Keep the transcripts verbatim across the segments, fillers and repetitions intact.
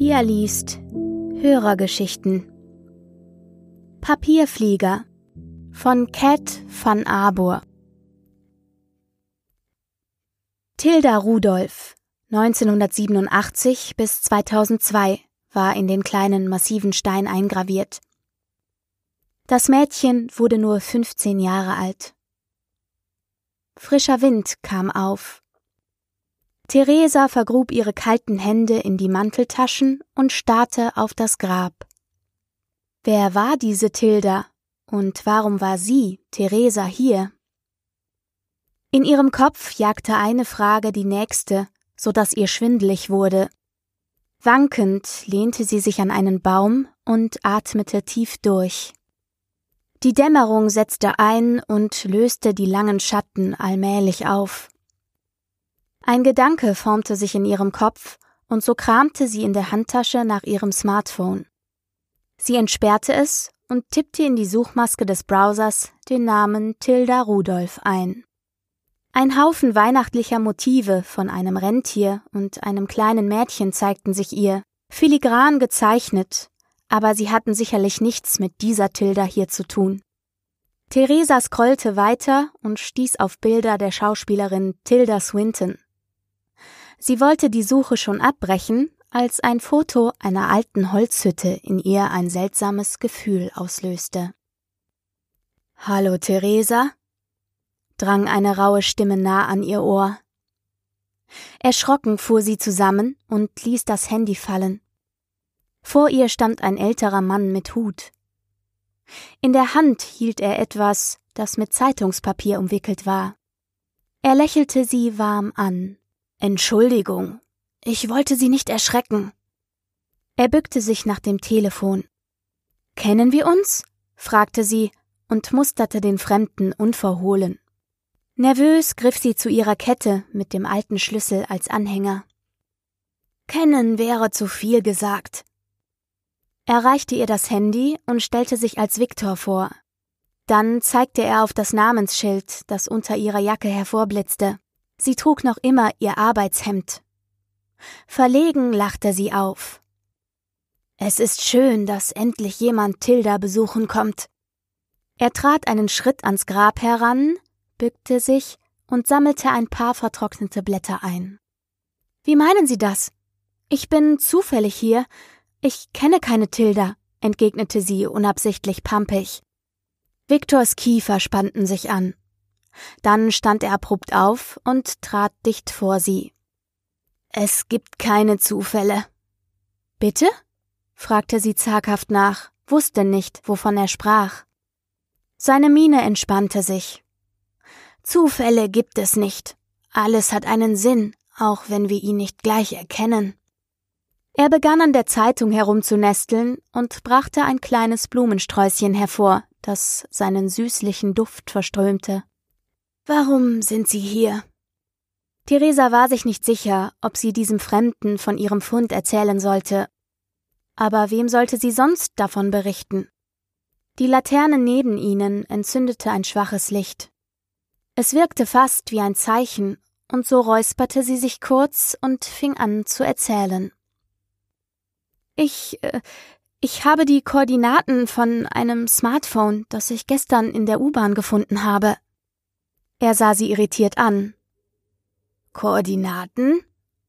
Pia liest Hörergeschichten. Papierflieger von Cat van Arbour. Tilda Rudolph, neunzehnhundertsiebenundachtzig bis zweitausendzwei, war in den kleinen massiven Stein eingraviert. Das Mädchen wurde nur fünfzehn Jahre alt. Frischer Wind kam auf. Theresa vergrub ihre kalten Hände in die Manteltaschen und starrte auf das Grab. Wer war diese Tilda und warum war sie, Theresa, hier? In ihrem Kopf jagte eine Frage die nächste, so dass ihr schwindelig wurde. Wankend lehnte sie sich an einen Baum und atmete tief durch. Die Dämmerung setzte ein und löste die langen Schatten allmählich auf. Ein Gedanke formte sich in ihrem Kopf, und so kramte sie in der Handtasche nach ihrem Smartphone. Sie entsperrte es und tippte in die Suchmaske des Browsers den Namen Tilda Rudolph ein. Ein Haufen weihnachtlicher Motive von einem Rentier und einem kleinen Mädchen zeigten sich ihr, filigran gezeichnet, aber sie hatten sicherlich nichts mit dieser Tilda hier zu tun. Theresa scrollte weiter und stieß auf Bilder der Schauspielerin Tilda Swinton. Sie wollte die Suche schon abbrechen, als ein Foto einer alten Holzhütte in ihr ein seltsames Gefühl auslöste. »Hallo, Theresa?« drang eine raue Stimme nah an ihr Ohr. Erschrocken fuhr sie zusammen und ließ das Handy fallen. Vor ihr stand ein älterer Mann mit Hut. In der Hand hielt er etwas, das mit Zeitungspapier umwickelt war. Er lächelte sie warm an. »Entschuldigung, ich wollte Sie nicht erschrecken.« Er bückte sich nach dem Telefon. »Kennen wir uns?« fragte sie und musterte den Fremden unverhohlen. Nervös griff sie zu ihrer Kette mit dem alten Schlüssel als Anhänger. »Kennen wäre zu viel gesagt.« Er reichte ihr das Handy und stellte sich als Viktor vor. Dann zeigte er auf das Namensschild, das unter ihrer Jacke hervorblitzte. Sie trug noch immer ihr Arbeitshemd. Verlegen lachte sie auf. »Es ist schön, dass endlich jemand Tilda besuchen kommt.« Er trat einen Schritt ans Grab heran, bückte sich und sammelte ein paar vertrocknete Blätter ein. »Wie meinen Sie das? Ich bin zufällig hier. Ich kenne keine Tilda«, entgegnete sie unabsichtlich pampig. Viktors Kiefer spannten sich an. Dann stand er abrupt auf und trat dicht vor sie. »Es gibt keine Zufälle.« »Bitte?« fragte sie zaghaft nach, wusste nicht, wovon er sprach. Seine Miene entspannte sich. »Zufälle gibt es nicht. Alles hat einen Sinn, auch wenn wir ihn nicht gleich erkennen.« Er begann an der Zeitung herumzunesteln und brachte ein kleines Blumensträußchen hervor, das seinen süßlichen Duft verströmte. »Warum sind Sie hier?« Theresa war sich nicht sicher, ob sie diesem Fremden von ihrem Fund erzählen sollte. Aber wem sollte sie sonst davon berichten? Die Laterne neben ihnen entzündete ein schwaches Licht. Es wirkte fast wie ein Zeichen, und so räusperte sie sich kurz und fing an zu erzählen. Ich, äh, ich habe die Koordinaten von einem Smartphone, das ich gestern in der U-Bahn gefunden habe. Er sah sie irritiert an. »Koordinaten?«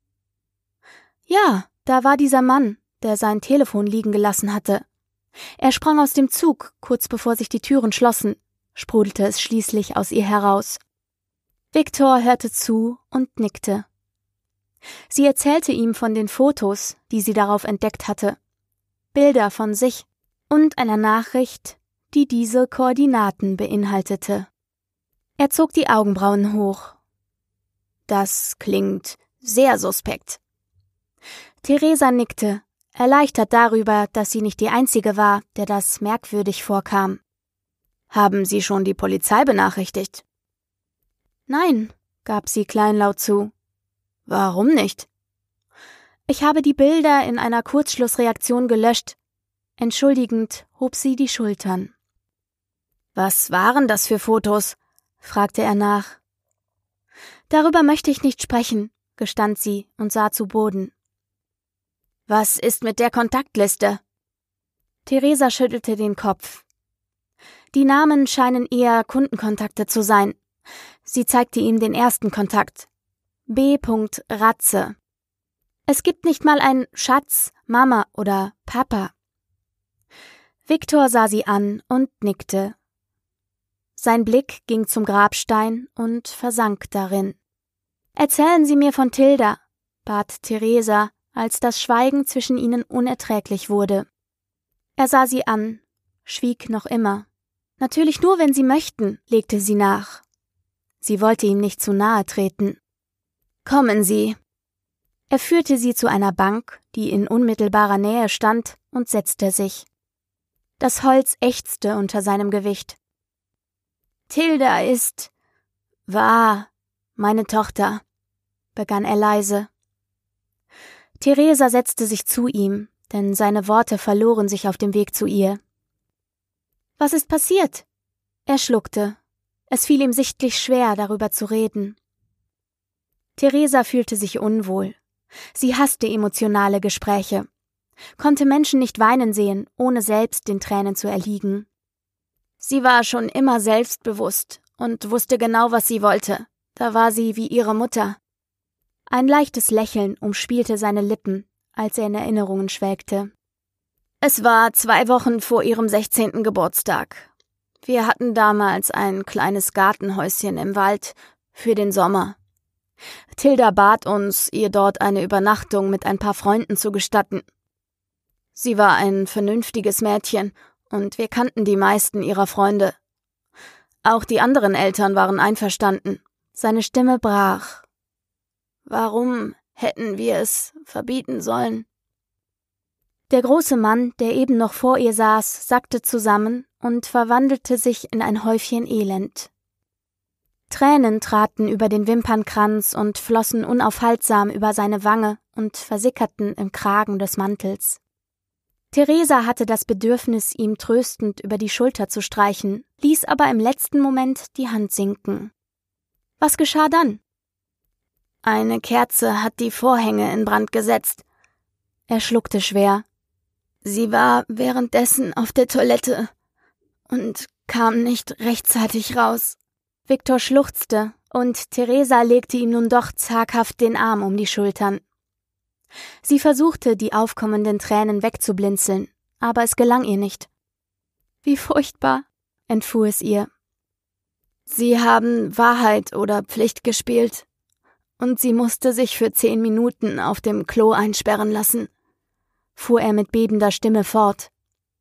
»Ja, da war dieser Mann, der sein Telefon liegen gelassen hatte. Er sprang aus dem Zug, kurz bevor sich die Türen schlossen«, sprudelte es schließlich aus ihr heraus. Viktor hörte zu und nickte. Sie erzählte ihm von den Fotos, die sie darauf entdeckt hatte. Bilder von sich und einer Nachricht, die diese Koordinaten beinhaltete. Er zog die Augenbrauen hoch. »Das klingt sehr suspekt.« Theresa nickte, erleichtert darüber, dass sie nicht die Einzige war, der das merkwürdig vorkam. »Haben Sie schon die Polizei benachrichtigt?« »Nein«, gab sie kleinlaut zu. »Warum nicht?« »Ich habe die Bilder in einer Kurzschlussreaktion gelöscht.« Entschuldigend hob sie die Schultern. »Was waren das für Fotos?« fragte er nach. »Darüber möchte ich nicht sprechen«, gestand sie und sah zu Boden. Was ist mit der Kontaktliste? Theresa schüttelte den Kopf. Die Namen scheinen eher Kundenkontakte zu sein. Sie zeigte ihm den ersten Kontakt. B. Ratze. Es gibt nicht mal ein Schatz, Mama oder Papa. Viktor sah sie an und nickte. Sein Blick ging zum Grabstein und versank darin. »Erzählen Sie mir von Tilda«, bat Theresa, als das Schweigen zwischen ihnen unerträglich wurde. Er sah sie an, schwieg noch immer. »Natürlich nur, wenn Sie möchten«, legte sie nach. Sie wollte ihm nicht zu nahe treten. »Kommen Sie.« Er führte sie zu einer Bank, die in unmittelbarer Nähe stand, und setzte sich. Das Holz ächzte unter seinem Gewicht. »Tilda ist... war... meine Tochter«, begann er leise. Theresa setzte sich zu ihm, denn seine Worte verloren sich auf dem Weg zu ihr. »Was ist passiert?« Er schluckte. Es fiel ihm sichtlich schwer, darüber zu reden. Theresa fühlte sich unwohl. Sie hasste emotionale Gespräche, konnte Menschen nicht weinen sehen, ohne selbst den Tränen zu erliegen. Sie war schon immer selbstbewusst und wusste genau, was sie wollte. Da war sie wie ihre Mutter. Ein leichtes Lächeln umspielte seine Lippen, als er in Erinnerungen schwelgte. Es war zwei Wochen vor ihrem sechzehnten Geburtstag. Wir hatten damals ein kleines Gartenhäuschen im Wald für den Sommer. Tilda bat uns, ihr dort eine Übernachtung mit ein paar Freunden zu gestatten. Sie war ein vernünftiges Mädchen und wir kannten die meisten ihrer Freunde. Auch die anderen Eltern waren einverstanden. Seine Stimme brach. Warum hätten wir es verbieten sollen? Der große Mann, der eben noch vor ihr saß, sackte zusammen und verwandelte sich in ein Häufchen Elend. Tränen traten über den Wimpernkranz und flossen unaufhaltsam über seine Wange und versickerten im Kragen des Mantels. Theresa hatte das Bedürfnis, ihm tröstend über die Schulter zu streichen, ließ aber im letzten Moment die Hand sinken. Was geschah dann? Eine Kerze hat die Vorhänge in Brand gesetzt. Er schluckte schwer. Sie war währenddessen auf der Toilette und kam nicht rechtzeitig raus. Viktor schluchzte und Theresa legte ihm nun doch zaghaft den Arm um die Schultern. Sie versuchte, die aufkommenden Tränen wegzublinzeln, aber es gelang ihr nicht. Wie furchtbar, entfuhr es ihr. Sie haben Wahrheit oder Pflicht gespielt, und sie musste sich für zehn Minuten auf dem Klo einsperren lassen, fuhr er mit bebender Stimme fort.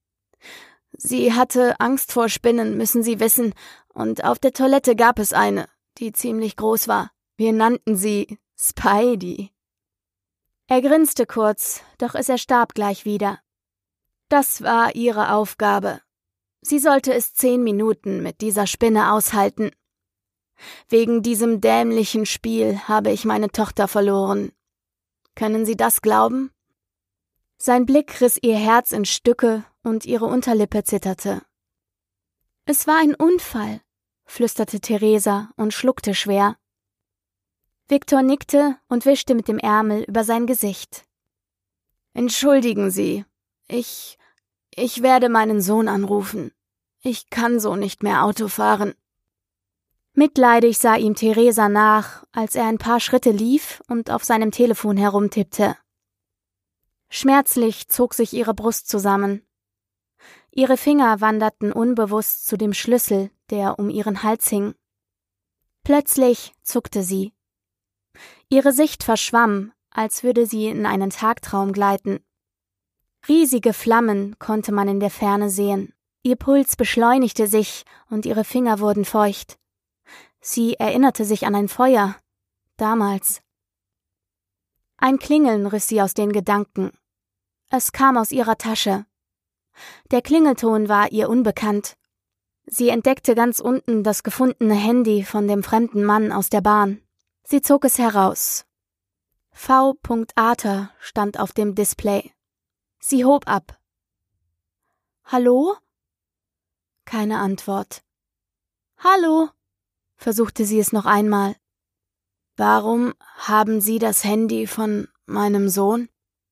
Sie hatte Angst vor Spinnen, müssen Sie wissen, und auf der Toilette gab es eine, die ziemlich groß war. Wir nannten sie Spidey. Er grinste kurz, doch es erstarb gleich wieder. Das war ihre Aufgabe. Sie sollte es zehn Minuten mit dieser Spinne aushalten. Wegen diesem dämlichen Spiel habe ich meine Tochter verloren. Können Sie das glauben? Sein Blick riss ihr Herz in Stücke und ihre Unterlippe zitterte. Es war ein Unfall, flüsterte Theresa und schluckte schwer. Viktor nickte und wischte mit dem Ärmel über sein Gesicht. Entschuldigen Sie, ich, ich werde meinen Sohn anrufen. Ich kann so nicht mehr Auto fahren. Mitleidig sah ihm Theresa nach, als er ein paar Schritte lief und auf seinem Telefon herumtippte. Schmerzlich zog sich ihre Brust zusammen. Ihre Finger wanderten unbewusst zu dem Schlüssel, der um ihren Hals hing. Plötzlich zuckte sie. Ihre Sicht verschwamm, als würde sie in einen Tagtraum gleiten. Riesige Flammen konnte man in der Ferne sehen. Ihr Puls beschleunigte sich und ihre Finger wurden feucht. Sie erinnerte sich an ein Feuer, damals. Ein Klingeln riss sie aus den Gedanken. Es kam aus ihrer Tasche. Der Klingelton war ihr unbekannt. Sie entdeckte ganz unten das gefundene Handy von dem fremden Mann aus der Bahn. Sie zog es heraus. V. Ater stand auf dem Display. Sie hob ab. »Hallo?« Keine Antwort. »Hallo?« versuchte sie es noch einmal. »Warum haben Sie das Handy von meinem Sohn?«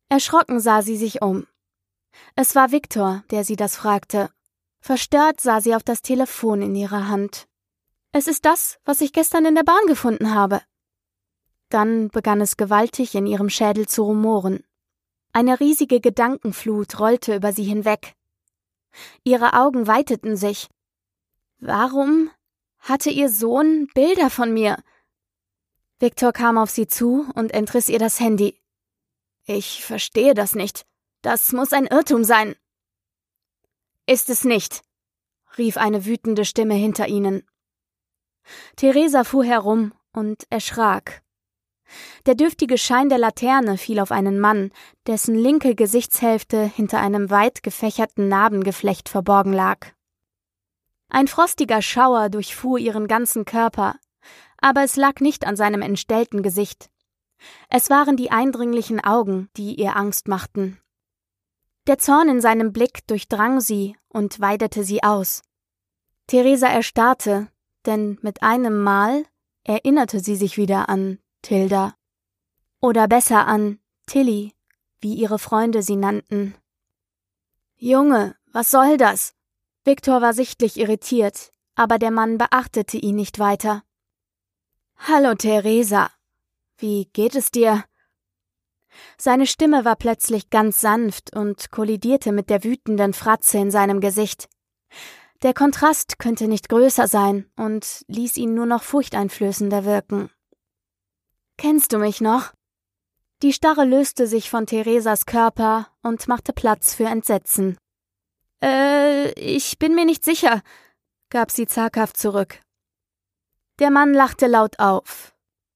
Erschrocken sah sie sich um. Es war Viktor, der sie das fragte. Verstört sah sie auf das Telefon in ihrer Hand. »Es ist das, was ich gestern in der Bahn gefunden habe.« Dann begann es gewaltig in ihrem Schädel zu rumoren. Eine riesige Gedankenflut rollte über sie hinweg. Ihre Augen weiteten sich. Warum hatte ihr Sohn Bilder von mir? Viktor kam auf sie zu und entriss ihr das Handy. »Ich verstehe das nicht. Das muss ein Irrtum sein.« »Ist es nicht«, rief eine wütende Stimme hinter ihnen. Theresa fuhr herum und erschrak. Der dürftige Schein der Laterne fiel auf einen Mann, dessen linke Gesichtshälfte hinter einem weit gefächerten Narbengeflecht verborgen lag. Ein frostiger Schauer durchfuhr ihren ganzen Körper, aber es lag nicht an seinem entstellten Gesicht. Es waren die eindringlichen Augen, die ihr Angst machten. Der Zorn in seinem Blick durchdrang sie und weidete sie aus. Theresa erstarrte, denn mit einem Mal erinnerte sie sich wieder an Tilda. Oder besser an Tilly, wie ihre Freunde sie nannten. »Junge, was soll das?« Viktor war sichtlich irritiert, aber der Mann beachtete ihn nicht weiter. »Hallo, Theresa. Wie geht es dir?« Seine Stimme war plötzlich ganz sanft und kollidierte mit der wütenden Fratze in seinem Gesicht. Der Kontrast könnte nicht größer sein und ließ ihn nur noch furchteinflößender wirken. »Kennst du mich noch?« Die Starre löste sich von Theresas Körper und machte Platz für Entsetzen. »Äh, ich bin mir nicht sicher«, gab sie zaghaft zurück. Der Mann lachte laut auf.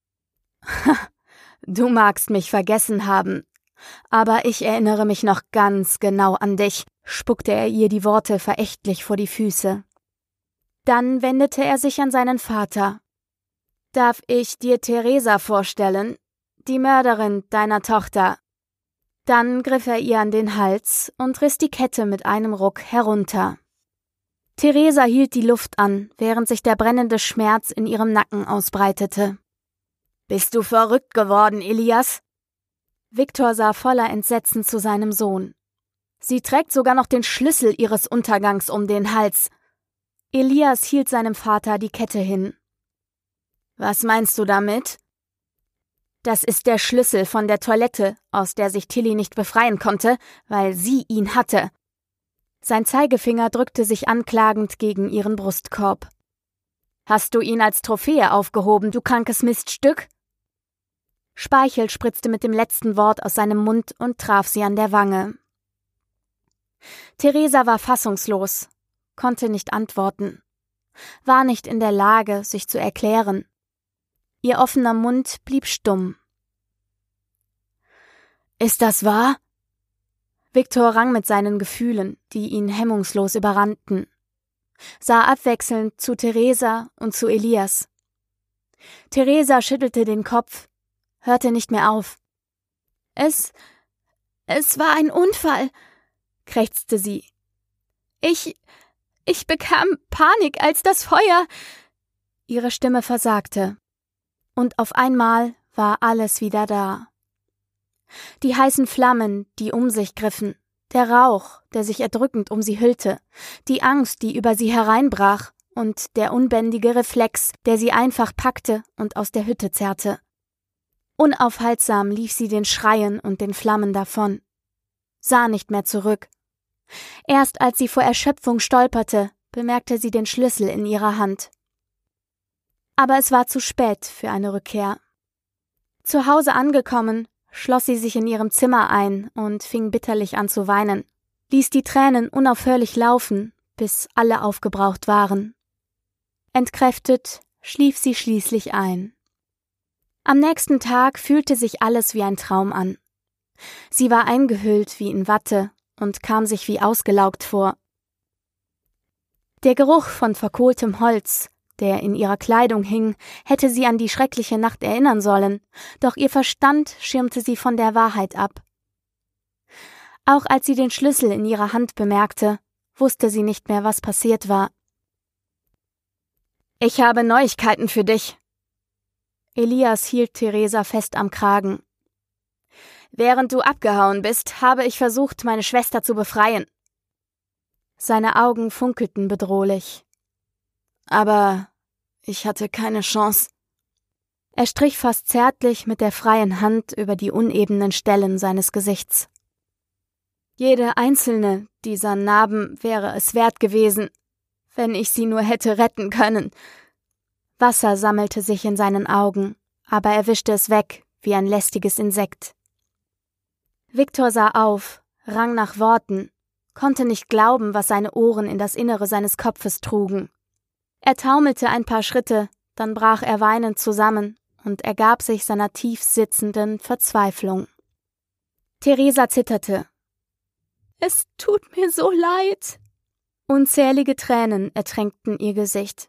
»Du magst mich vergessen haben, aber ich erinnere mich noch ganz genau an dich«, spuckte er ihr die Worte verächtlich vor die Füße. Dann wendete er sich an seinen Vater. »Darf ich dir Theresa vorstellen, die Mörderin deiner Tochter?« Dann griff er ihr an den Hals und riss die Kette mit einem Ruck herunter. Theresa hielt die Luft an, während sich der brennende Schmerz in ihrem Nacken ausbreitete. »Bist du verrückt geworden, Elias?« Viktor sah voller Entsetzen zu seinem Sohn. »Sie trägt sogar noch den Schlüssel ihres Untergangs um den Hals.« Elias hielt seinem Vater die Kette hin. »Was meinst du damit?« »Das ist der Schlüssel von der Toilette, aus der sich Tilly nicht befreien konnte, weil sie ihn hatte.« Sein Zeigefinger drückte sich anklagend gegen ihren Brustkorb. »Hast du ihn als Trophäe aufgehoben, du krankes Miststück?« Speichel spritzte mit dem letzten Wort aus seinem Mund und traf sie an der Wange. Theresa war fassungslos, konnte nicht antworten, war nicht in der Lage, sich zu erklären. Ihr offener Mund blieb stumm. »Ist das wahr?« Viktor rang mit seinen Gefühlen, die ihn hemmungslos überrannten, sah abwechselnd zu Theresa und zu Elias. Theresa schüttelte den Kopf, hörte nicht mehr auf. »Es, es war ein Unfall«, krächzte sie. »Ich, ich bekam Panik, als das Feuer...« Ihre Stimme versagte. Und auf einmal war alles wieder da. Die heißen Flammen, die um sich griffen, der Rauch, der sich erdrückend um sie hüllte, die Angst, die über sie hereinbrach, und der unbändige Reflex, der sie einfach packte und aus der Hütte zerrte. Unaufhaltsam lief sie den Schreien und den Flammen davon, sah nicht mehr zurück. Erst als sie vor Erschöpfung stolperte, bemerkte sie den Schlüssel in ihrer Hand. Aber es war zu spät für eine Rückkehr. Zu Hause angekommen, schloss sie sich in ihrem Zimmer ein und fing bitterlich an zu weinen, ließ die Tränen unaufhörlich laufen, bis alle aufgebraucht waren. Entkräftet schlief sie schließlich ein. Am nächsten Tag fühlte sich alles wie ein Traum an. Sie war eingehüllt wie in Watte und kam sich wie ausgelaugt vor. Der Geruch von verkohltem Holz, der in ihrer Kleidung hing, hätte sie an die schreckliche Nacht erinnern sollen, doch ihr Verstand schirmte sie von der Wahrheit ab. Auch als sie den Schlüssel in ihrer Hand bemerkte, wusste sie nicht mehr, was passiert war. »Ich habe Neuigkeiten für dich.« Elias hielt Theresa fest am Kragen. Während du abgehauen bist, habe ich versucht, meine Schwester zu befreien. Seine Augen funkelten bedrohlich. Aber ich hatte keine Chance. Er strich fast zärtlich mit der freien Hand über die unebenen Stellen seines Gesichts. Jede einzelne dieser Narben wäre es wert gewesen, wenn ich sie nur hätte retten können. Wasser sammelte sich in seinen Augen, aber er wischte es weg, wie ein lästiges Insekt. Viktor sah auf, rang nach Worten, konnte nicht glauben, was seine Ohren in das Innere seines Kopfes trugen. Er taumelte ein paar Schritte, dann brach er weinend zusammen und ergab sich seiner tief sitzenden Verzweiflung. Theresa zitterte. »Es tut mir so leid!« Unzählige Tränen ertränkten ihr Gesicht.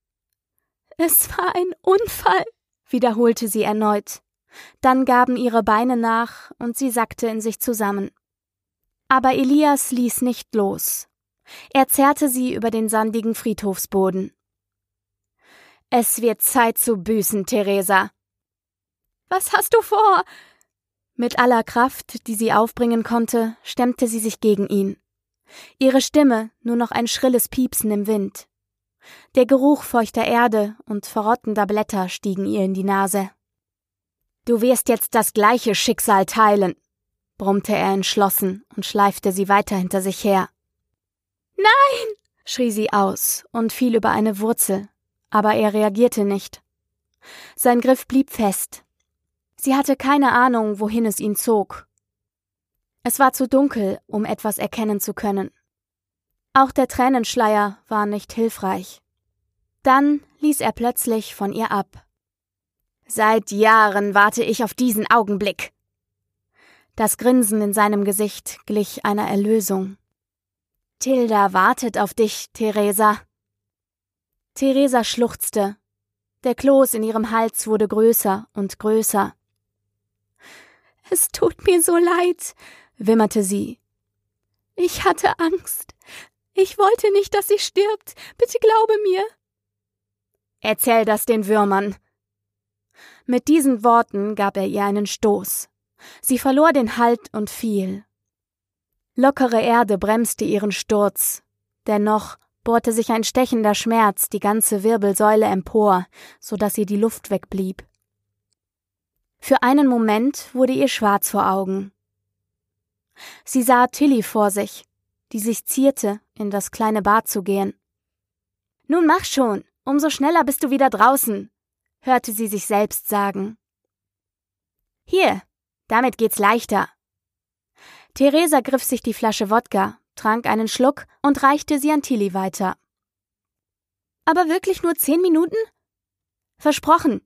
»Es war ein Unfall«, wiederholte sie erneut. Dann gaben ihre Beine nach und sie sackte in sich zusammen. Aber Elias ließ nicht los. Er zerrte sie über den sandigen Friedhofsboden. »Es wird Zeit zu büßen, Theresa.« »Was hast du vor?« Mit aller Kraft, die sie aufbringen konnte, stemmte sie sich gegen ihn. Ihre Stimme nur noch ein schrilles Piepsen im Wind. Der Geruch feuchter Erde und verrottender Blätter stiegen ihr in die Nase. »Du wirst jetzt das gleiche Schicksal teilen«, brummte er entschlossen und schleifte sie weiter hinter sich her. »Nein«, schrie sie aus und fiel über eine Wurzel, aber er reagierte nicht. Sein Griff blieb fest. Sie hatte keine Ahnung, wohin es ihn zog. Es war zu dunkel, um etwas erkennen zu können. Auch der Tränenschleier war nicht hilfreich. Dann ließ er plötzlich von ihr ab. »Seit Jahren warte ich auf diesen Augenblick.« Das Grinsen in seinem Gesicht glich einer Erlösung. »Tilda wartet auf dich, Theresa.« Theresa schluchzte. Der Kloß in ihrem Hals wurde größer und größer. »Es tut mir so leid«, wimmerte sie. »Ich hatte Angst. Ich wollte nicht, dass sie stirbt. Bitte glaube mir.« »Erzähl das den Würmern.« Mit diesen Worten gab er ihr einen Stoß. Sie verlor den Halt und fiel. Lockere Erde bremste ihren Sturz. Dennoch bohrte sich ein stechender Schmerz die ganze Wirbelsäule empor, so dass ihr die Luft wegblieb. Für einen Moment wurde ihr schwarz vor Augen. Sie sah Tilly vor sich, die sich zierte, in das kleine Bad zu gehen. »Nun mach schon, umso schneller bist du wieder draußen«, hörte sie sich selbst sagen. »Hier, damit geht's leichter.« Theresa griff sich die Flasche Wodka, trank einen Schluck und reichte sie an Tilly weiter. »Aber wirklich nur zehn Minuten?« »Versprochen.«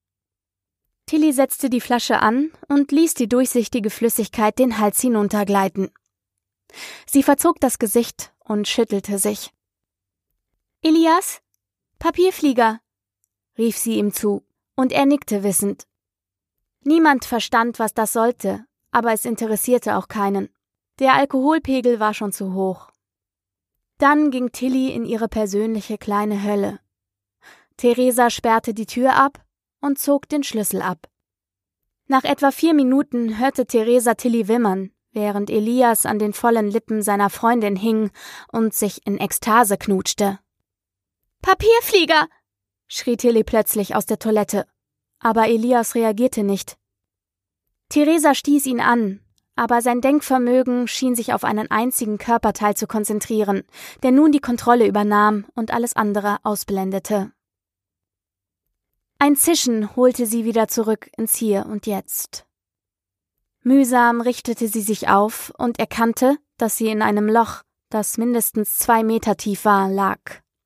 Tilly setzte die Flasche an und ließ die durchsichtige Flüssigkeit den Hals hinuntergleiten. Sie verzog das Gesicht und schüttelte sich. »Elias? Papierflieger«, rief sie ihm zu, und er nickte wissend. Niemand verstand, was das sollte, aber es interessierte auch keinen. Der Alkoholpegel war schon zu hoch. Dann ging Tilly in ihre persönliche kleine Hölle. Theresa sperrte die Tür ab und zog den Schlüssel ab. Nach etwa vier Minuten hörte Theresa Tilly wimmern, während Elias an den vollen Lippen seiner Freundin hing und sich in Ekstase knutschte. »Papierflieger«, schrie Tilly plötzlich aus der Toilette, aber Elias reagierte nicht. Theresa stieß ihn an, aber sein Denkvermögen schien sich auf einen einzigen Körperteil zu konzentrieren, der nun die Kontrolle übernahm und alles andere ausblendete. Ein Zischen holte sie wieder zurück ins Hier und Jetzt. Mühsam richtete sie sich auf und erkannte, dass sie in einem Loch, das mindestens zwei Meter tief war, lag.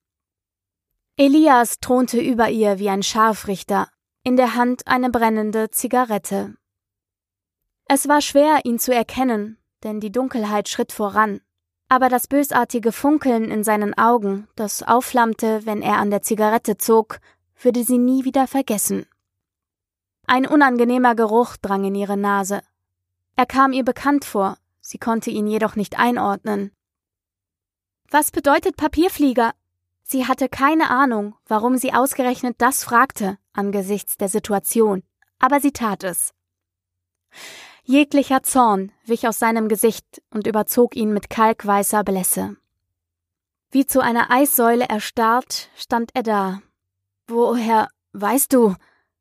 Elias thronte über ihr wie ein Scharfrichter, in der Hand eine brennende Zigarette. Es war schwer, ihn zu erkennen, denn die Dunkelheit schritt voran, aber das bösartige Funkeln in seinen Augen, das aufflammte, wenn er an der Zigarette zog, würde sie nie wieder vergessen. Ein unangenehmer Geruch drang in ihre Nase. Er kam ihr bekannt vor, sie konnte ihn jedoch nicht einordnen. »Was bedeutet Papierflieger?« Sie hatte keine Ahnung, warum sie ausgerechnet das fragte, angesichts der Situation, aber sie tat es. Jeglicher Zorn wich aus seinem Gesicht und überzog ihn mit kalkweißer Blässe. Wie zu einer Eissäule erstarrt, stand er da. »Woher weißt du?«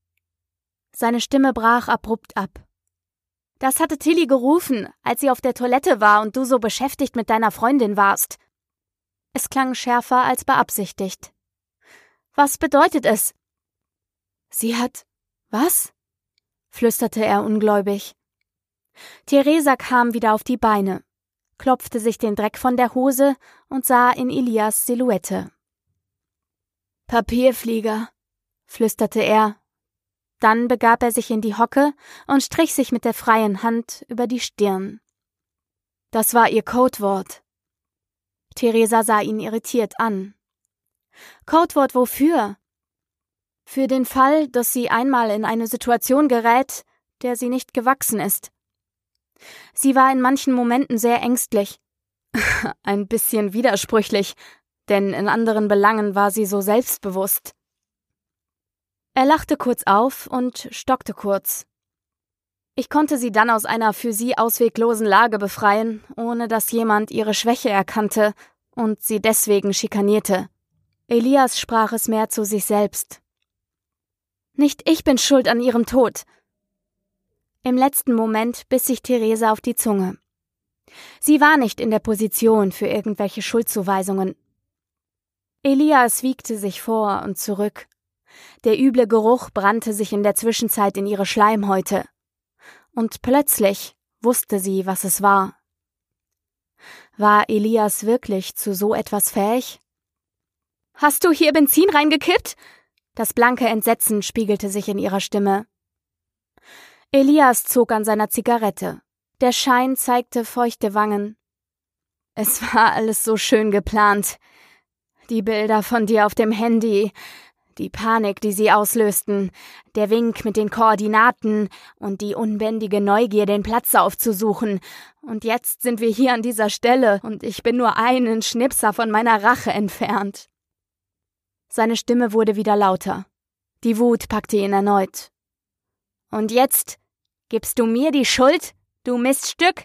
Seine Stimme brach abrupt ab. »Das hatte Tilly gerufen, als sie auf der Toilette war und du so beschäftigt mit deiner Freundin warst.« Es klang schärfer als beabsichtigt. »Was bedeutet es?« »Sie hat... was?« flüsterte er ungläubig. Theresa kam wieder auf die Beine, klopfte sich den Dreck von der Hose und sah in Elias Silhouette. »Papierflieger«, flüsterte er. Dann begab er sich in die Hocke und strich sich mit der freien Hand über die Stirn. Das war ihr Codewort. Theresa sah ihn irritiert an. »Codewort wofür?« »Für den Fall, dass sie einmal in eine Situation gerät, der sie nicht gewachsen ist.« Sie war in manchen Momenten sehr ängstlich. Ein bisschen widersprüchlich, denn in anderen Belangen war sie so selbstbewusst. Er lachte kurz auf und stockte kurz. Ich konnte sie dann aus einer für sie ausweglosen Lage befreien, ohne dass jemand ihre Schwäche erkannte und sie deswegen schikanierte. Elias sprach es mehr zu sich selbst. Nicht ich bin schuld an ihrem Tod. Im letzten Moment biss sich Theresa auf die Zunge. Sie war nicht in der Position für irgendwelche Schuldzuweisungen. Elias wiegte sich vor und zurück. Der üble Geruch brannte sich in der Zwischenzeit in ihre Schleimhäute. Und plötzlich wusste sie, was es war. War Elias wirklich zu so etwas fähig? »Hast du hier Benzin reingekippt?« Das blanke Entsetzen spiegelte sich in ihrer Stimme. Elias zog an seiner Zigarette. Der Schein zeigte feuchte Wangen. »Es war alles so schön geplant. Die Bilder von dir auf dem Handy, die Panik, die sie auslösten, der Wink mit den Koordinaten und die unbändige Neugier, den Platz aufzusuchen. Und jetzt sind wir hier an dieser Stelle und ich bin nur einen Schnipser von meiner Rache entfernt.« Seine Stimme wurde wieder lauter. Die Wut packte ihn erneut. »Und jetzt gibst du mir die Schuld, du Miststück?«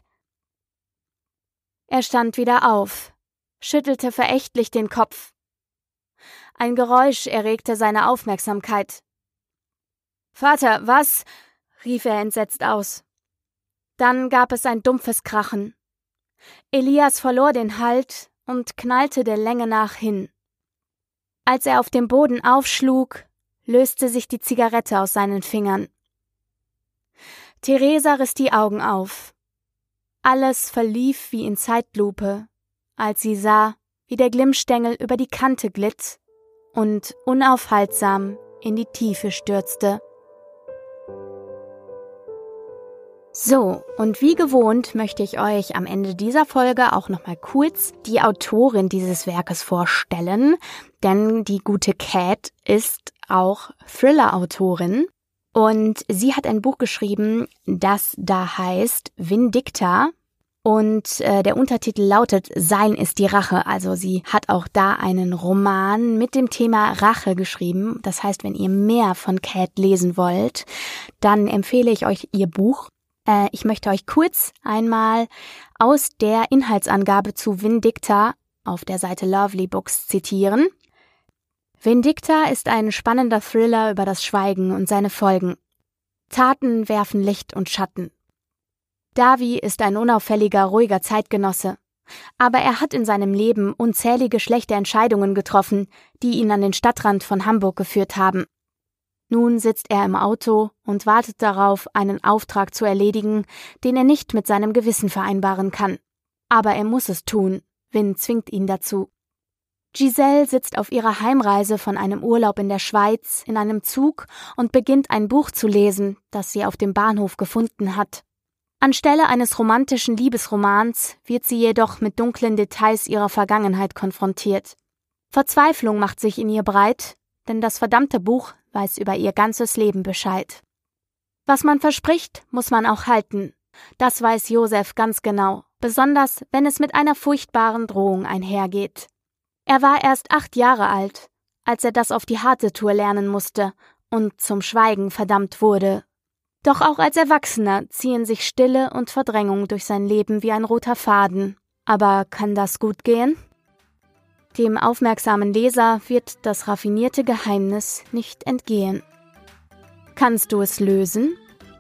Er stand wieder auf, schüttelte verächtlich den Kopf. Ein Geräusch erregte seine Aufmerksamkeit. »Vater, was?« rief er entsetzt aus. Dann gab es ein dumpfes Krachen. Elias verlor den Halt und knallte der Länge nach hin. Als er auf dem Boden aufschlug, löste sich die Zigarette aus seinen Fingern. Theresa riss die Augen auf. Alles verlief wie in Zeitlupe, als sie sah, wie der Glimmstängel über die Kante glitt und unaufhaltsam in die Tiefe stürzte. So, und wie gewohnt möchte ich euch am Ende dieser Folge auch nochmal kurz die Autorin dieses Werkes vorstellen, denn die gute Cat ist auch Thriller-Autorin und sie hat ein Buch geschrieben, das da heißt Vindicta. Und äh, der Untertitel lautet Sein ist die Rache. Also sie hat auch da einen Roman mit dem Thema Rache geschrieben. Das heißt, wenn ihr mehr von Cat lesen wollt, dann empfehle ich euch ihr Buch. Äh, ich möchte euch kurz einmal aus der Inhaltsangabe zu Vindicta auf der Seite Lovely Books zitieren. Vindicta ist ein spannender Thriller über das Schweigen und seine Folgen. Taten werfen Licht und Schatten. Davi ist ein unauffälliger, ruhiger Zeitgenosse, aber er hat in seinem Leben unzählige schlechte Entscheidungen getroffen, die ihn an den Stadtrand von Hamburg geführt haben. Nun sitzt er im Auto und wartet darauf, einen Auftrag zu erledigen, den er nicht mit seinem Gewissen vereinbaren kann. Aber er muss es tun, Vin zwingt ihn dazu. Giselle sitzt auf ihrer Heimreise von einem Urlaub in der Schweiz in einem Zug und beginnt ein Buch zu lesen, das sie auf dem Bahnhof gefunden hat. Anstelle eines romantischen Liebesromans wird sie jedoch mit dunklen Details ihrer Vergangenheit konfrontiert. Verzweiflung macht sich in ihr breit, denn das verdammte Buch weiß über ihr ganzes Leben Bescheid. Was man verspricht, muss man auch halten. Das weiß Josef ganz genau, besonders wenn es mit einer furchtbaren Drohung einhergeht. Er war erst acht Jahre alt, als er das auf die harte Tour lernen musste und zum Schweigen verdammt wurde. Doch auch als Erwachsener ziehen sich Stille und Verdrängung durch sein Leben wie ein roter Faden. Aber kann das gut gehen? Dem aufmerksamen Leser wird das raffinierte Geheimnis nicht entgehen. Kannst du es lösen?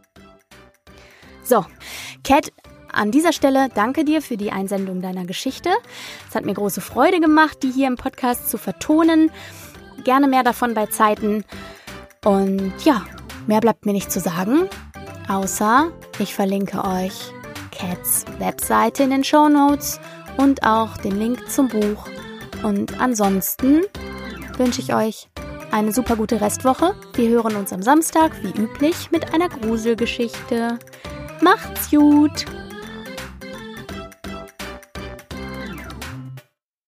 So, Cat, an dieser Stelle danke dir für die Einsendung deiner Geschichte. Es hat mir große Freude gemacht, die hier im Podcast zu vertonen. Gerne mehr davon bei Zeiten. Und ja, mehr bleibt mir nicht zu sagen, außer ich verlinke euch Cats Webseite in den Shownotes und auch den Link zum Buch. Und ansonsten wünsche ich euch eine super gute Restwoche. Wir hören uns am Samstag, wie üblich, mit einer Gruselgeschichte. Macht's gut!